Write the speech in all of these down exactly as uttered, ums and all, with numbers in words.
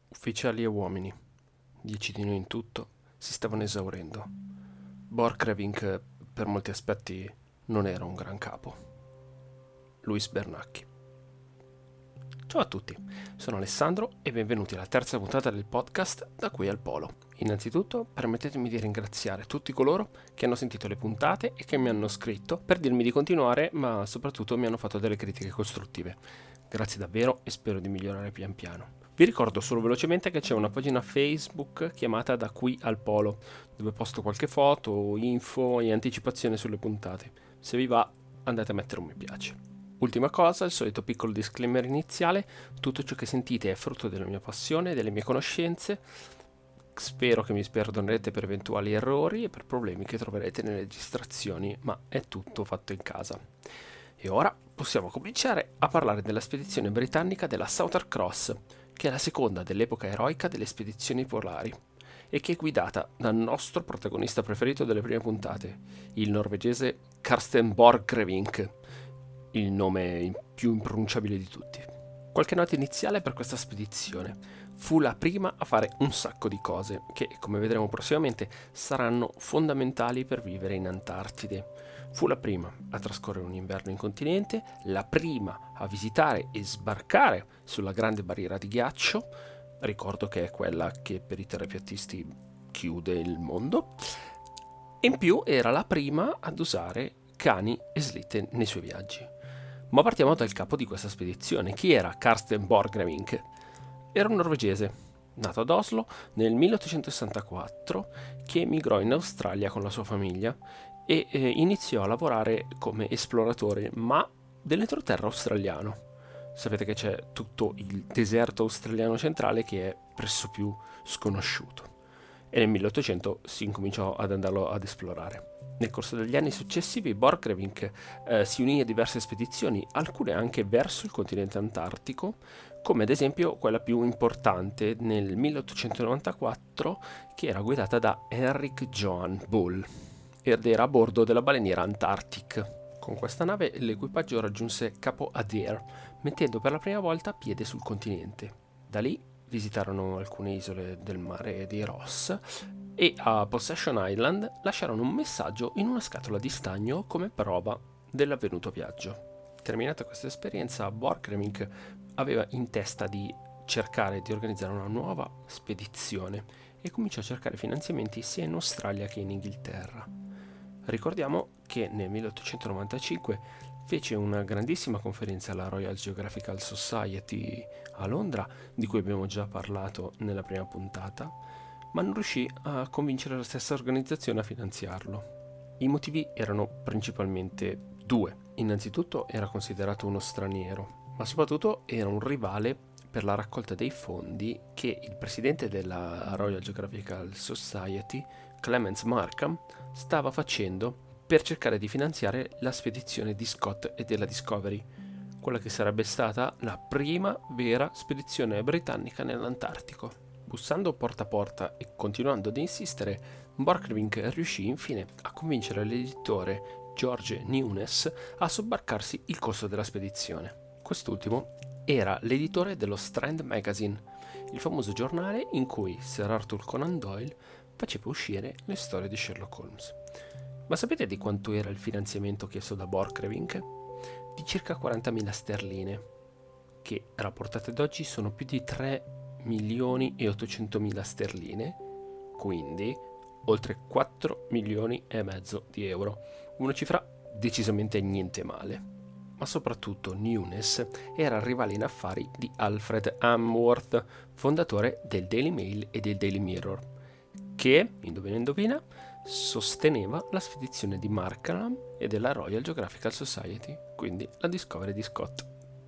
Ufficiali e uomini, dieci di noi in tutto, si stavano esaurendo. Borchgrevink, per molti aspetti, non era un gran capo. Luis Bernacchi. Ciao a tutti, sono Alessandro e benvenuti alla terza puntata del podcast Da qui al Polo. Innanzitutto, permettetemi di ringraziare tutti coloro che hanno sentito le puntate e che mi hanno scritto per dirmi di continuare, ma soprattutto mi hanno fatto delle critiche costruttive. Grazie davvero e spero di migliorare pian piano. Vi ricordo solo velocemente che c'è una pagina Facebook chiamata Da qui al Polo, dove posto qualche foto, info e anticipazione sulle puntate. Se vi va, andate a mettere un mi piace. Ultima cosa, il solito piccolo disclaimer iniziale: tutto ciò che sentite è frutto della mia passione e delle mie conoscenze. Spero che mi perdonerete per eventuali errori e per problemi che troverete nelle registrazioni, ma è tutto fatto in casa. E ora possiamo cominciare a parlare della spedizione britannica della Southern Cross, che è la seconda dell'epoca eroica delle spedizioni polari e che è guidata dal nostro protagonista preferito delle prime puntate, il norvegese Karsten Borchgrevink, il nome più impronunciabile di tutti. Qualche nota iniziale per questa spedizione. Fu la prima a fare un sacco di cose che, come vedremo prossimamente, saranno fondamentali per vivere in Antartide. Fu la prima a trascorrere un inverno in continente, la prima a visitare e sbarcare sulla grande barriera di ghiaccio, ricordo che è quella che per i terrapiattisti chiude il mondo, e in più era la prima ad usare cani e slitte nei suoi viaggi. Ma partiamo dal capo di questa spedizione. Chi era Karsten Borchgrevink? Era un norvegese, nato ad Oslo nel milleottocentosessantaquattro, che emigrò in Australia con la sua famiglia e eh, iniziò a lavorare come esploratore, ma dell'entroterra australiano. Sapete che c'è tutto il deserto australiano centrale che è pressopiù sconosciuto. E nel milleottocento si incominciò ad andarlo ad esplorare. Nel corso degli anni successivi Borchgrevink eh, si unì a diverse spedizioni, alcune anche verso il continente antartico, come ad esempio quella più importante nel milleottocentonovantaquattro, che era guidata da Henrik Johan Bull ed era a bordo della baleniera Antarctic. Con questa nave l'equipaggio raggiunse Capo Adare, mettendo per la prima volta piede sul continente. Da lì visitarono alcune isole del mare di Ross e a Possession Island lasciarono un messaggio in una scatola di stagno come prova dell'avvenuto viaggio. Terminata questa esperienza, Borchgrevink aveva in testa di cercare di organizzare una nuova spedizione e cominciò a cercare finanziamenti sia in Australia che in Inghilterra. Ricordiamo che nel milleottocentonovantacinque fece una grandissima conferenza alla Royal Geographical Society a Londra, di cui abbiamo già parlato nella prima puntata, ma non riuscì a convincere la stessa organizzazione a finanziarlo. I motivi erano principalmente due. Innanzitutto era considerato uno straniero, ma soprattutto era un rivale per la raccolta dei fondi che il presidente della Royal Geographical Society, Clements Markham, stava facendo per cercare di finanziare la spedizione di Scott e della Discovery, quella che sarebbe stata la prima vera spedizione britannica nell'Antartico. Bussando porta a porta e continuando ad insistere, Borchgrevink riuscì infine a convincere l'editore George Newnes a sobbarcarsi il costo della spedizione. Quest'ultimo era l'editore dello Strand Magazine, il famoso giornale in cui Sir Arthur Conan Doyle faceva uscire le storie di Sherlock Holmes. Ma sapete di quanto era il finanziamento chiesto da Borchgrevink? Di circa quarantamila sterline, che rapportate ad oggi sono più di tre milioni e ottocentomila sterline, quindi oltre quattro milioni e mezzo di euro, una cifra decisamente niente male. Ma soprattutto Newnes era rivale in affari di Alfred Amworth, fondatore del Daily Mail e del Daily Mirror, che, indovina indovina, sosteneva la spedizione di Markham e della Royal Geographical Society, quindi la Discovery di Scott.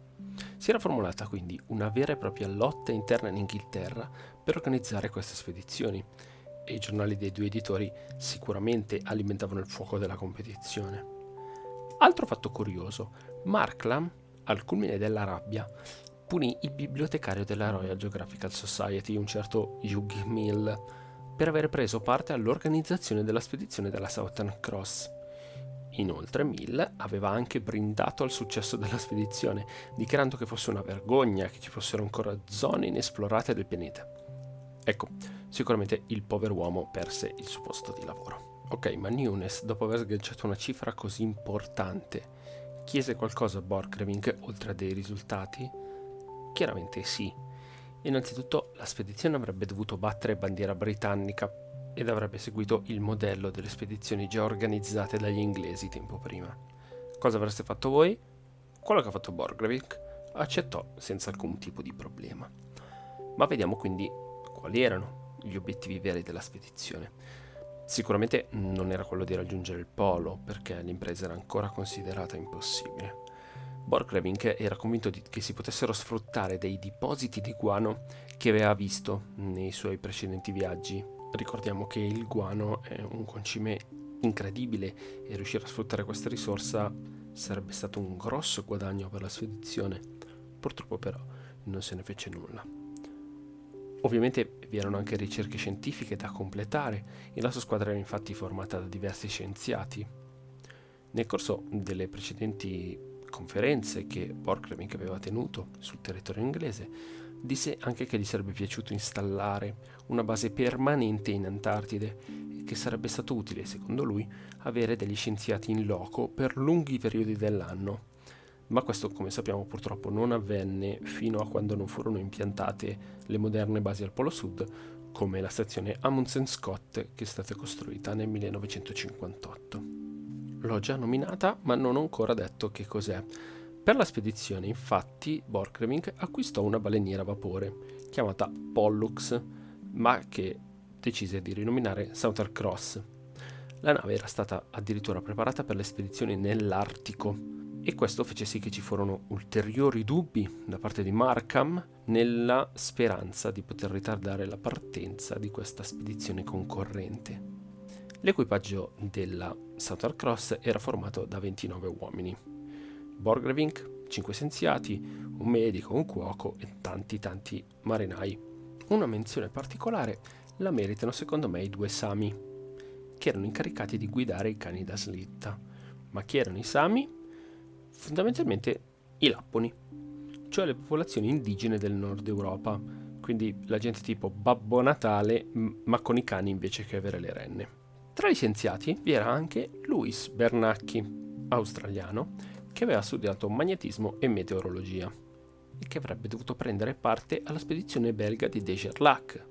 Si era formulata quindi una vera e propria lotta interna in Inghilterra per organizzare queste spedizioni e i giornali dei due editori sicuramente alimentavano il fuoco della competizione. Altro fatto curioso, Markham, al culmine della rabbia, punì il bibliotecario della Royal Geographical Society, un certo Hugh Mill, per aver preso parte all'organizzazione della spedizione della Southern Cross. Inoltre Mill aveva anche brindato al successo della spedizione, dichiarando che fosse una vergogna che ci fossero ancora zone inesplorate del pianeta. Ecco, sicuramente il pover'uomo perse il suo posto di lavoro. Ok, ma Nunes, dopo aver sganciato una cifra così importante, chiese qualcosa a Borchgrevink oltre a dei risultati? Chiaramente sì. Innanzitutto la spedizione avrebbe dovuto battere bandiera britannica ed avrebbe seguito il modello delle spedizioni già organizzate dagli inglesi tempo prima. Cosa avreste fatto voi? Quello che ha fatto Borchgrevink. Accettò senza alcun tipo di problema. Ma vediamo quindi quali erano gli obiettivi veri della spedizione. Sicuramente non era quello di raggiungere il polo, perché l'impresa era ancora considerata impossibile. Borchgrevink era convinto di, che si potessero sfruttare dei depositi di guano che aveva visto nei suoi precedenti viaggi. Ricordiamo che il guano è un concime incredibile e riuscire a sfruttare questa risorsa sarebbe stato un grosso guadagno per la spedizione. Purtroppo però non se ne fece nulla. Ovviamente vi erano anche ricerche scientifiche da completare e la sua squadra era infatti formata da diversi scienziati. Nel corso delle precedenti conferenze che Borchgrevink aveva tenuto sul territorio inglese, disse anche che gli sarebbe piaciuto installare una base permanente in Antartide e che sarebbe stato utile, secondo lui, avere degli scienziati in loco per lunghi periodi dell'anno. Ma questo, come sappiamo, purtroppo non avvenne fino a quando non furono impiantate le moderne basi al Polo Sud, come la stazione Amundsen Scott, che è stata costruita nel millenovecentocinquantotto. L'ho già nominata, ma non ho ancora detto che cos'è. Per la spedizione, infatti, Borchgrevink acquistò una baleniera a vapore, chiamata Pollux, ma che decise di rinominare Southern Cross. La nave era stata addirittura preparata per le spedizioni nell'Artico, e questo fece sì che ci furono ulteriori dubbi da parte di Markham nella speranza di poter ritardare la partenza di questa spedizione concorrente. L'equipaggio della Southern Cross era formato da ventinove uomini. Borchgrevink, cinque scienziati, un medico, un cuoco e tanti tanti marinai. Una menzione particolare la meritano secondo me i due Sami, che erano incaricati di guidare i cani da slitta. Ma chi erano i Sami? Fondamentalmente i Lapponi, cioè le popolazioni indigene del nord Europa, quindi la gente tipo Babbo Natale, ma con i cani invece che avere le renne. Tra gli scienziati vi era anche Louis Bernacchi, australiano, che aveva studiato magnetismo e meteorologia e che avrebbe dovuto prendere parte alla spedizione belga di De Gerlache,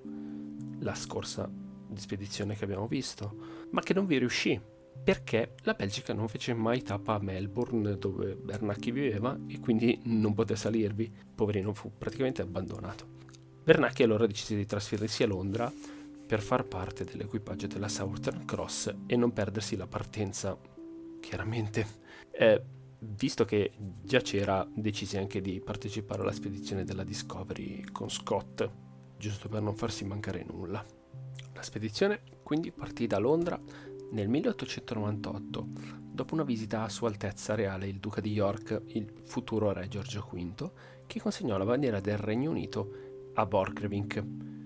la scorsa spedizione che abbiamo visto, ma che non vi riuscì perché la Belgica non fece mai tappa a Melbourne, dove Bernacchi viveva, e quindi non poté salirvi. Poverino, fu praticamente abbandonato. Bernacchi allora decise di trasferirsi a Londra per far parte dell'equipaggio della Southern Cross e non perdersi la partenza, chiaramente. Eh, visto che già c'era, decise anche di partecipare alla spedizione della Discovery con Scott, giusto per non farsi mancare nulla. La spedizione quindi partì da Londra nel milleottocentonovantotto, dopo una visita a Sua Altezza Reale il Duca di York, il futuro re Giorgio V, che consegnò la bandiera del Regno Unito a Borchgrevink.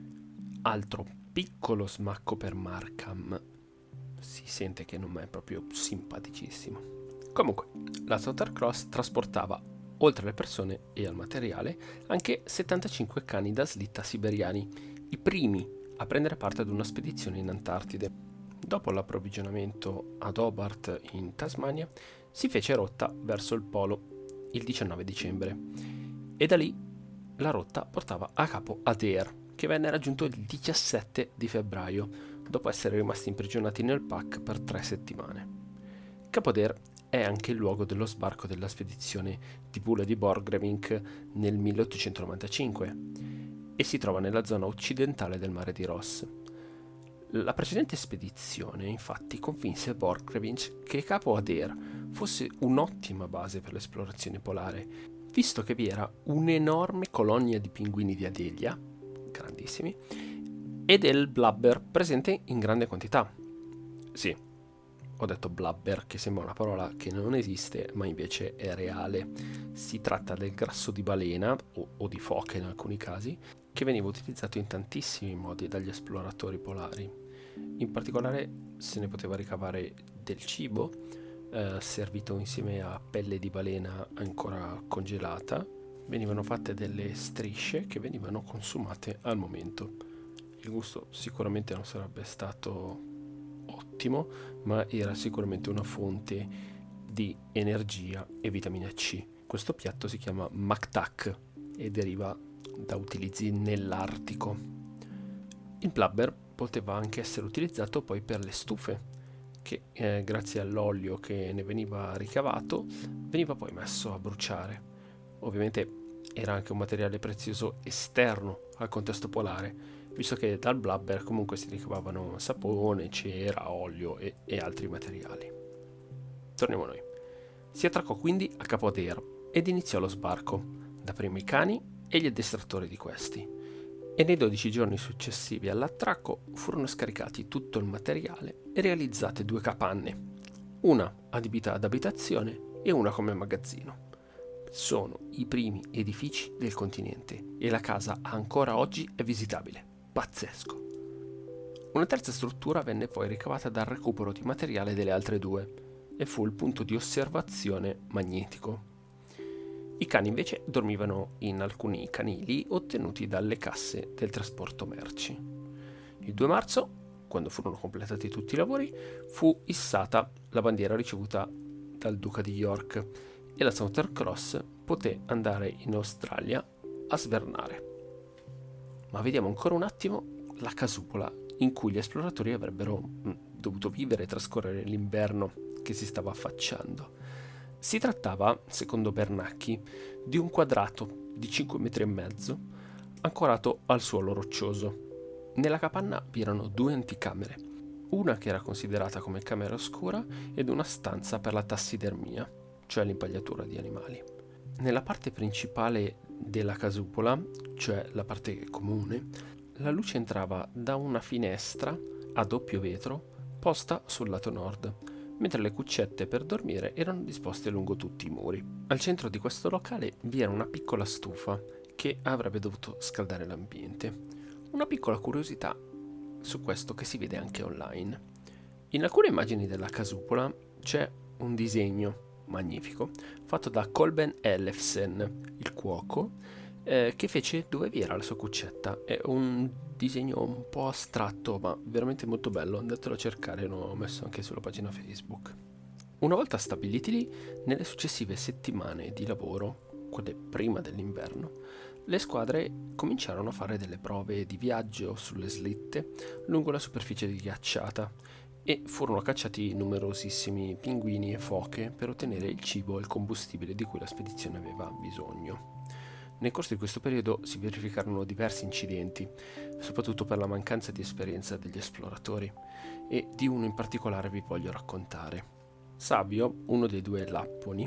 Altro piccolo smacco per Markham. Si sente che non è proprio simpaticissimo. Comunque, la Southern Cross trasportava, oltre alle persone e al materiale, anche settantacinque cani da slitta siberiani, i primi a prendere parte ad una spedizione in Antartide. Dopo l'approvvigionamento ad Hobart in Tasmania, si fece rotta verso il polo il diciannove dicembre e da lì la rotta portava a capo Adair, che venne raggiunto il diciassette di febbraio, dopo essere rimasti imprigionati nel pack per tre settimane. Capo Adair è anche il luogo dello sbarco della spedizione di Bulle di Borchgrevink nel milleottocentonovantacinque e si trova nella zona occidentale del mare di Ross. La precedente spedizione, infatti, convinse Borchgrevink che Capo Adair fosse un'ottima base per l'esplorazione polare, visto che vi era un'enorme colonia di pinguini di Adelia, grandissimi, e del blubber presente in grande quantità. Sì, ho detto blubber, che sembra una parola che non esiste, ma invece è reale. Si tratta del grasso di balena, o, o di foca in alcuni casi, che veniva utilizzato in tantissimi modi dagli esploratori polari. In particolare se ne poteva ricavare del cibo, eh, servito insieme a pelle di balena ancora congelata. Venivano fatte delle strisce che venivano consumate al momento. Il gusto sicuramente non sarebbe stato ottimo, ma era sicuramente una fonte di energia e vitamina C. Questo piatto si chiama Mactac e deriva da utilizzi nell'Artico. Il blubber poteva anche essere utilizzato poi per le stufe, che eh, grazie all'olio che ne veniva ricavato veniva poi messo a bruciare. Ovviamente era anche un materiale prezioso esterno al contesto polare, visto che dal blubber comunque si ricavavano sapone, cera, olio e, e altri materiali. Torniamo a noi. Si attraccò quindi a Capo Adare ed iniziò lo sbarco, dapprima i cani e gli addestratori di questi, e nei dodici giorni successivi all'attracco furono scaricati tutto il materiale e realizzate due capanne, una adibita ad abitazione e una come magazzino. Sono i primi edifici del continente e la casa ancora oggi è visitabile. Pazzesco! Una terza struttura venne poi ricavata dal recupero di materiale delle altre due e fu il punto di osservazione magnetico. I cani invece dormivano in alcuni canili ottenuti dalle casse del trasporto merci. Il due marzo, quando furono completati tutti i lavori, fu issata la bandiera ricevuta dal duca di York e la Southern Cross poté andare in Australia a svernare. Ma vediamo ancora un attimo la casupola in cui gli esploratori avrebbero mh, dovuto vivere e trascorrere l'inverno che si stava affacciando. Si trattava, secondo Bernacchi, di un quadrato di cinque metri e mezzo ancorato al suolo roccioso. Nella capanna vi erano due anticamere, una che era considerata come camera oscura ed una stanza per la tassidermia, cioè l'impagliatura di animali. Nella parte principale della casupola, cioè la parte comune, la luce entrava da una finestra a doppio vetro posta sul lato nord, mentre le cuccette per dormire erano disposte lungo tutti i muri. Al centro di questo locale vi era una piccola stufa che avrebbe dovuto scaldare l'ambiente. Una piccola curiosità su questo che si vede anche online. In alcune immagini della casupola c'è un disegno magnifico fatto da Kolben Ellefsen, il cuoco, eh, che fece dove vi era la sua cuccetta. È un disegno un po' astratto ma veramente molto bello, andatelo a cercare, l'ho messo anche sulla pagina Facebook. Una volta stabiliti lì, nelle successive settimane di lavoro, quelle prima dell'inverno, le squadre cominciarono a fare delle prove di viaggio sulle slitte lungo la superficie ghiacciata e furono cacciati numerosissimi pinguini e foche per ottenere il cibo e il combustibile di cui la spedizione aveva bisogno. Nel corso di questo periodo si verificarono diversi incidenti, soprattutto per la mancanza di esperienza degli esploratori, e di uno in particolare vi voglio raccontare. Savio, uno dei due lapponi,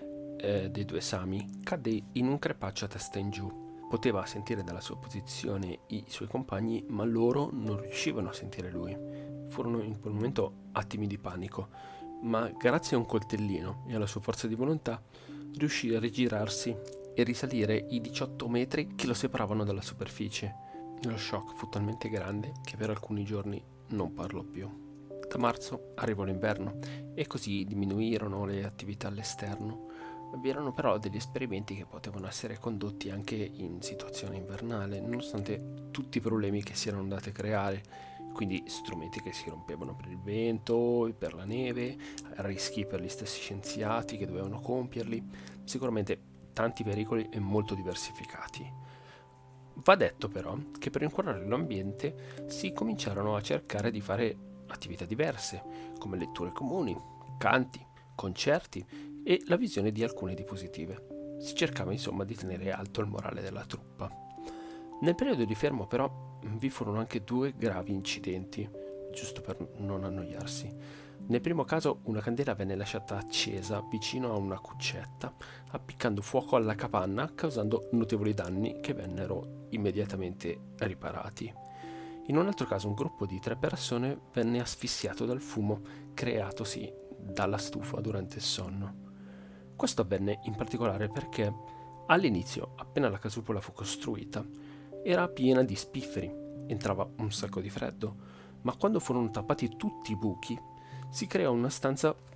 eh, dei due Sami, cadde in un crepaccio a testa in giù. Poteva sentire dalla sua posizione i suoi compagni, ma loro non riuscivano a sentire lui. Furono in quel momento attimi di panico, ma grazie a un coltellino e alla sua forza di volontà riuscì a rigirarsi e risalire i diciotto metri che lo separavano dalla superficie. Lo shock fu talmente grande che per alcuni giorni non parlò più. Da marzo arrivò l'inverno e così diminuirono le attività all'esterno. Vi erano però degli esperimenti che potevano essere condotti anche in situazione invernale, nonostante tutti i problemi che si erano andati a creare, quindi strumenti che si rompevano per il vento, per la neve, rischi per gli stessi scienziati che dovevano compierli, sicuramente tanti pericoli e molto diversificati. Va detto però che per inquadrare l'ambiente si cominciarono a cercare di fare attività diverse, come letture comuni, canti, concerti e la visione di alcune diapositive. Si cercava insomma di tenere alto il morale della truppa. Nel periodo di fermo però vi furono anche due gravi incidenti, giusto per non annoiarsi. Nel primo caso una candela venne lasciata accesa vicino a una cuccetta, appiccando fuoco alla capanna, causando notevoli danni che vennero immediatamente riparati. In un altro caso un gruppo di tre persone venne asfissiato dal fumo creatosi dalla stufa durante il sonno. Questo avvenne in particolare perché all'inizio, appena la casupola fu costruita, era piena di spifferi, entrava un sacco di freddo, ma quando furono tappati tutti i buchi si creò una stanza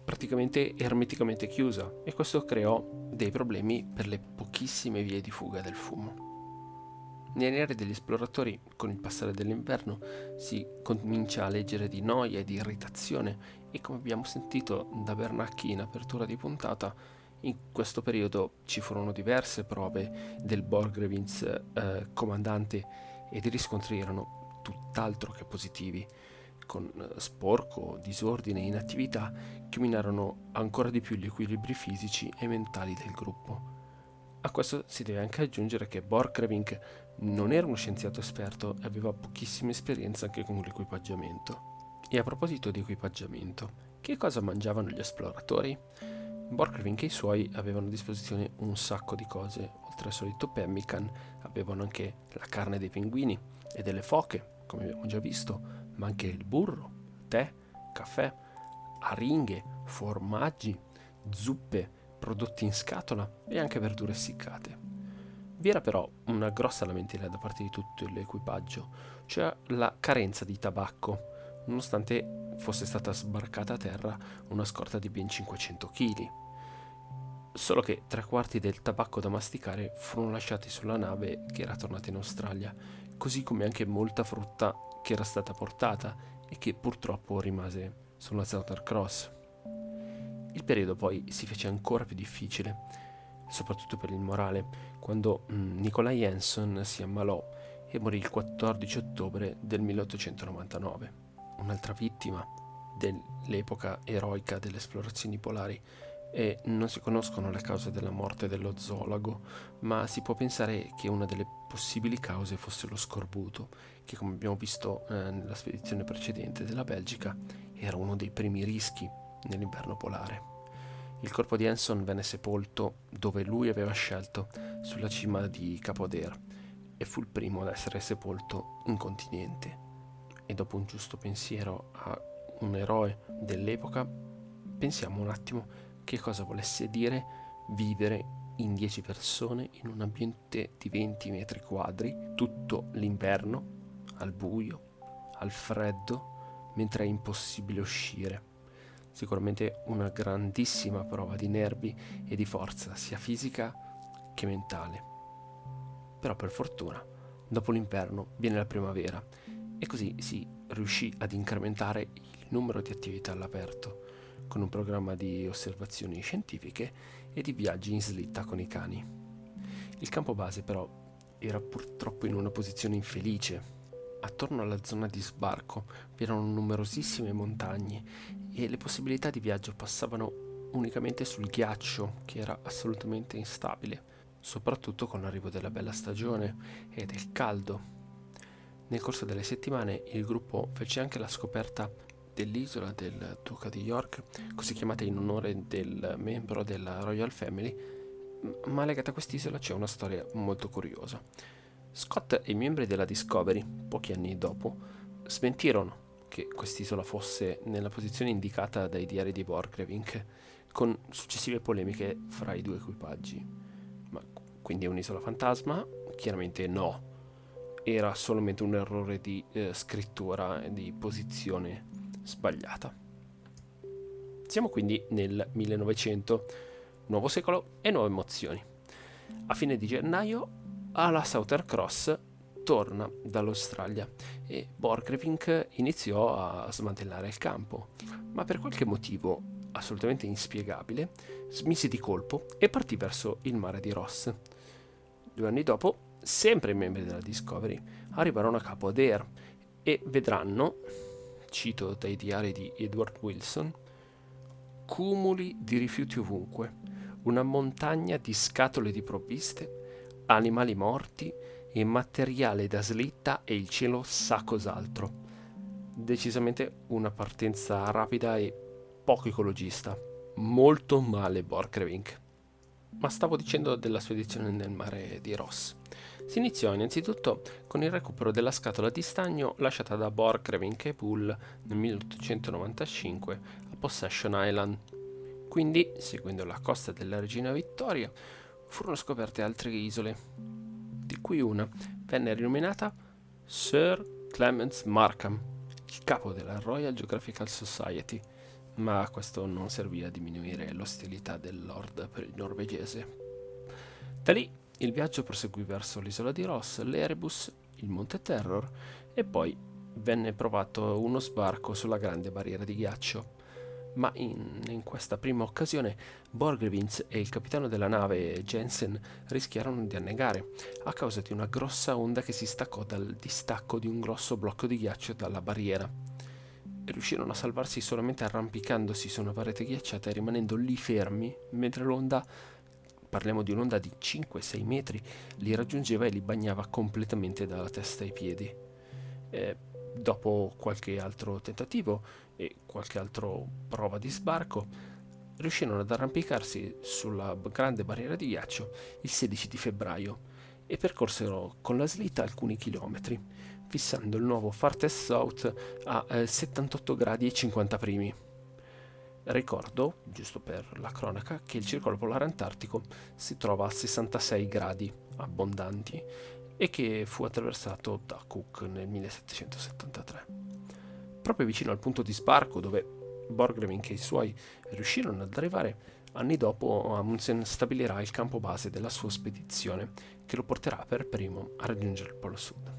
praticamente ermeticamente chiusa e questo creò dei problemi per le pochissime vie di fuga del fumo. Negli aerei degli esploratori, con il passare dell'inverno, si comincia a leggere di noia e di irritazione e, come abbiamo sentito da Bernacchi in apertura di puntata, in questo periodo ci furono diverse prove del Borchgrevink eh, comandante ed i riscontri erano tutt'altro che positivi, con sporco, disordine e inattività che minarono ancora di più gli equilibri fisici e mentali del gruppo. A questo si deve anche aggiungere che Borchgrevink non era uno scienziato esperto e aveva pochissima esperienza anche con l'equipaggiamento. E a proposito di equipaggiamento, che cosa mangiavano gli esploratori? Borchgrevink e i suoi avevano a disposizione un sacco di cose. Oltre al solito pemmican, avevano anche la carne dei pinguini e delle foche, come abbiamo già visto, ma anche il burro, tè, caffè, aringhe, formaggi, zuppe, prodotti in scatola e anche verdure essiccate. Vi era però una grossa lamentela da parte di tutto l'equipaggio, cioè la carenza di tabacco, nonostante fosse stata sbarcata a terra una scorta di ben cinquecento chili. Solo che tre quarti del tabacco da masticare furono lasciati sulla nave che era tornata in Australia, così come anche molta frutta che era stata portata e che purtroppo rimase sulla Southern Cross. Il periodo poi si fece ancora più difficile, soprattutto per il morale, quando mm, Nikolai Henson si ammalò e morì il quattordici ottobre del milleottocentonovantanove. Un'altra vittima dell'epoca eroica delle esplorazioni polari, e non si conoscono le cause della morte dello zoologo, ma si può pensare che una delle possibili cause fosse lo scorbuto, che come abbiamo visto eh, nella spedizione precedente della Belgica era uno dei primi rischi nell'inverno polare. Il corpo di Henson venne sepolto dove lui aveva scelto, sulla cima di Capo Adare, e fu il primo ad essere sepolto in continente. E dopo un giusto pensiero a un eroe dell'epoca, pensiamo un attimo che cosa volesse dire vivere in dieci persone in un ambiente di venti metri quadri tutto l'inverno, al buio, al freddo, mentre è impossibile uscire. Sicuramente una grandissima prova di nervi e di forza, sia fisica che mentale. Però per fortuna, dopo l'inverno viene la primavera e così si riuscì ad incrementare il numero di attività all'aperto, con un programma di osservazioni scientifiche e di viaggi in slitta con i cani. Il campo base però era purtroppo in una posizione infelice. Attorno alla zona di sbarco vi erano numerosissime montagne e le possibilità di viaggio passavano unicamente sul ghiaccio, che era assolutamente instabile, soprattutto con l'arrivo della bella stagione e del caldo. Nel corso delle settimane il gruppo fece anche la scoperta dell'isola del Duca di York, così chiamata in onore del membro della Royal Family, ma legata a quest'isola c'è una storia molto curiosa. Scott e i membri della Discovery, pochi anni dopo, smentirono che quest'isola fosse nella posizione indicata dai diari di Borchgrevink, con successive polemiche fra i due equipaggi. Ma quindi è un'isola fantasma? Chiaramente no. Era solamente un errore di eh, scrittura e di posizione sbagliata. Siamo quindi nel millenovecento, nuovo secolo e nuove emozioni. A fine di gennaio alla Southern Cross torna dall'Australia e Borchgrevink iniziò a smantellare il campo, ma per qualche motivo assolutamente inspiegabile smise di colpo e partì verso il mare di Ross. Due anni dopo, sempre i membri della Discovery arrivarono a Capo Adare e vedranno, cito dai diari di Edward Wilson, cumuli di rifiuti ovunque, una montagna di scatole di provviste, animali morti e materiale da slitta e il cielo sa cos'altro. Decisamente una partenza rapida e poco ecologista. Molto male Borchgrevink. Ma stavo dicendo della spedizione nel mare di Ross. Si iniziò innanzitutto con il recupero della scatola di stagno lasciata da Borchgrevink e Poole nel milleottocentonovantacinque a Possession Island. Quindi, seguendo la costa della Regina Vittoria, furono scoperte altre isole, di cui una venne rinominata Sir Clements Markham, il capo della Royal Geographical Society, ma questo non servì a diminuire l'ostilità del Lord per il norvegese. Da lì il viaggio proseguì verso l'isola di Ross, l'Erebus, il Monte Terror e poi venne provato uno sbarco sulla grande barriera di ghiaccio. Ma in, in questa prima occasione Borchgrevink e il capitano della nave Jensen rischiarono di annegare a causa di una grossa onda che si staccò dal distacco di un grosso blocco di ghiaccio dalla barriera. Riuscirono a salvarsi solamente arrampicandosi su una parete ghiacciata e rimanendo lì fermi mentre l'onda, parliamo di un'onda di cinque sei metri, li raggiungeva e li bagnava completamente dalla testa ai piedi. E dopo qualche altro tentativo e qualche altra prova di sbarco, riuscirono ad arrampicarsi sulla grande barriera di ghiaccio il sedici di febbraio e percorsero con la slitta alcuni chilometri, fissando il nuovo Farthest South a eh, settantotto gradi e cinquanta primi. Ricordo, giusto per la cronaca, che il circolo polare antartico si trova a sessantasei gradi abbondanti e che fu attraversato da Cook nel millesettecentosettantatré. Proprio vicino al punto di sbarco dove Borchgrevink e i suoi riuscirono ad arrivare, anni dopo Amundsen stabilirà il campo base della sua spedizione, che lo porterà per primo a raggiungere il Polo Sud.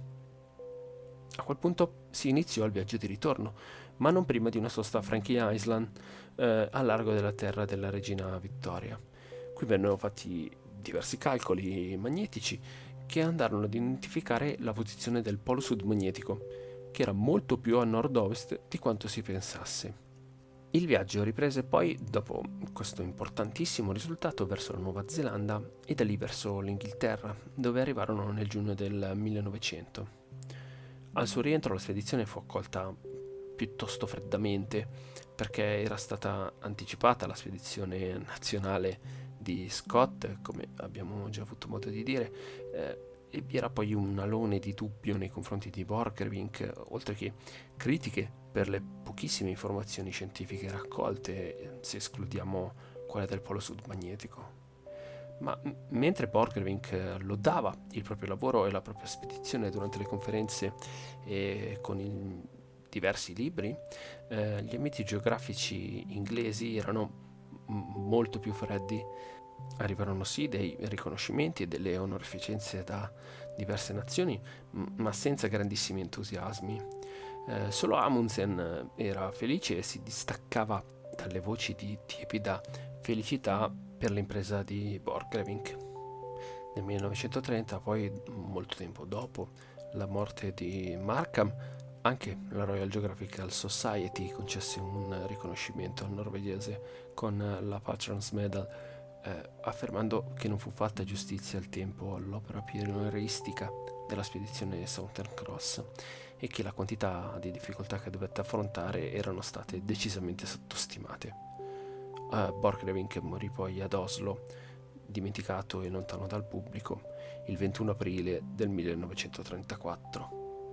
A quel punto si iniziò il viaggio di ritorno, ma non prima di una sosta a Frankie Island, eh, a largo della terra della regina Vittoria. Qui vennero fatti diversi calcoli magnetici che andarono ad identificare la posizione del Polo Sud magnetico, che era molto più a nord-ovest di quanto si pensasse. Il viaggio riprese poi, dopo questo importantissimo risultato, verso la Nuova Zelanda e da lì verso l'Inghilterra, dove arrivarono nel giugno del millenovecento. Al suo rientro la spedizione fu accolta piuttosto freddamente, perché era stata anticipata la spedizione nazionale di Scott, come abbiamo già avuto modo di dire, eh, e vi era poi un alone di dubbio nei confronti di Borchgrevink, oltre che critiche per le pochissime informazioni scientifiche raccolte, se escludiamo quella del Polo Sud magnetico. Ma m- mentre Borchgrevink lodava il proprio lavoro e la propria spedizione durante le conferenze e con il, diversi libri, eh, gli amici geografici inglesi erano m- molto più freddi. Arrivarono sì dei riconoscimenti e delle onorificenze da diverse nazioni, m- ma senza grandissimi entusiasmi. Eh, solo Amundsen era felice e si distaccava dalle voci di tiepida felicità per l'impresa di Borchgrevink. Nel millenovecentotrenta, poi molto tempo dopo la morte di Markham, anche la Royal Geographical Society concesse un riconoscimento al norvegese con la Patrons Medal, eh, affermando che non fu fatta giustizia al tempo all'opera pionieristica della spedizione Southern Cross e che la quantità di difficoltà che dovette affrontare erano state decisamente sottostimate. Uh, Borchgrevink morì poi ad Oslo, dimenticato e lontano dal pubblico, il ventuno aprile del millenovecentotrentaquattro.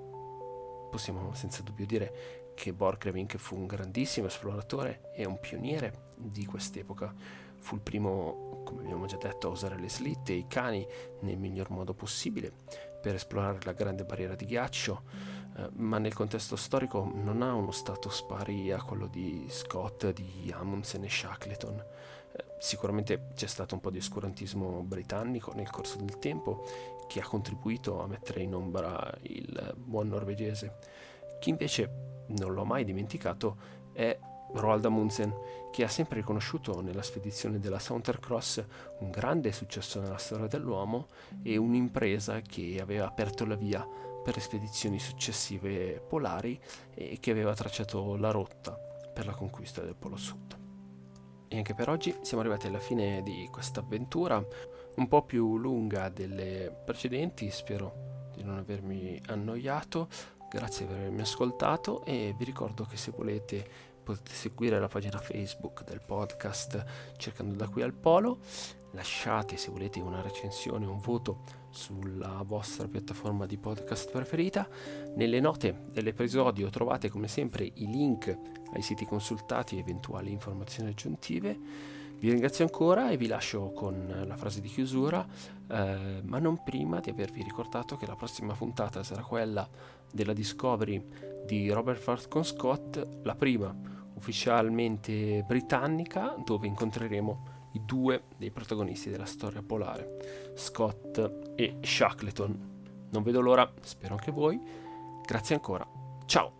Possiamo senza dubbio dire che Borchgrevink fu un grandissimo esploratore e un pioniere di quest'epoca. Fu il primo, come abbiamo già detto, a usare le slitte e i cani nel miglior modo possibile per esplorare la grande barriera di ghiaccio, eh, ma nel contesto storico non ha uno status pari a quello di Scott, di Amundsen e Shackleton. Eh, sicuramente c'è stato un po' di oscurantismo britannico nel corso del tempo che ha contribuito a mettere in ombra il buon norvegese. Chi invece non l'ho mai dimenticato è Roald Amundsen, che ha sempre riconosciuto nella spedizione della Southern Cross un grande successo nella storia dell'uomo e un'impresa che aveva aperto la via per le spedizioni successive polari e che aveva tracciato la rotta per la conquista del Polo Sud. E anche per oggi siamo arrivati alla fine di questa avventura, un po' più lunga delle precedenti, spero di non avermi annoiato. Grazie per avermi ascoltato e vi ricordo che se volete potete seguire la pagina Facebook del podcast cercando Da Qui al Polo. Lasciate, se volete, una recensione, un voto sulla vostra piattaforma di podcast preferita. Nelle note dell'episodio trovate come sempre i link ai siti consultati e eventuali informazioni aggiuntive. Vi ringrazio ancora e vi lascio con la frase di chiusura, eh, ma non prima di avervi ricordato che la prossima puntata sarà quella della Discovery di Robert Falcon Scott, la prima ufficialmente britannica, dove incontreremo i due dei protagonisti della storia polare, Scott e Shackleton. Non vedo l'ora, spero anche voi. Grazie ancora, ciao!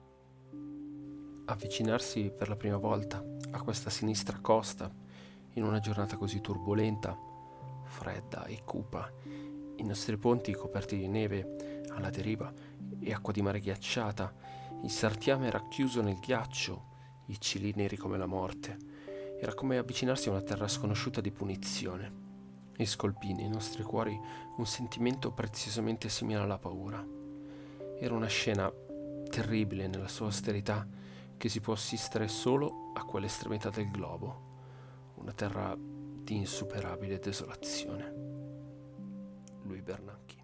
Avvicinarsi per la prima volta a questa sinistra costa in una giornata così turbolenta, fredda e cupa, i nostri ponti coperti di neve alla deriva e acqua di mare ghiacciata, il sartiame racchiuso nel ghiaccio, i cieli neri come la morte. Era come avvicinarsi a una terra sconosciuta di punizione e scolpì nei nostri cuori un sentimento preziosamente simile alla paura. Era una scena terribile nella sua austerità che si può assistere solo a quell'estremità del globo, una terra di insuperabile desolazione. Louis Bernacchi.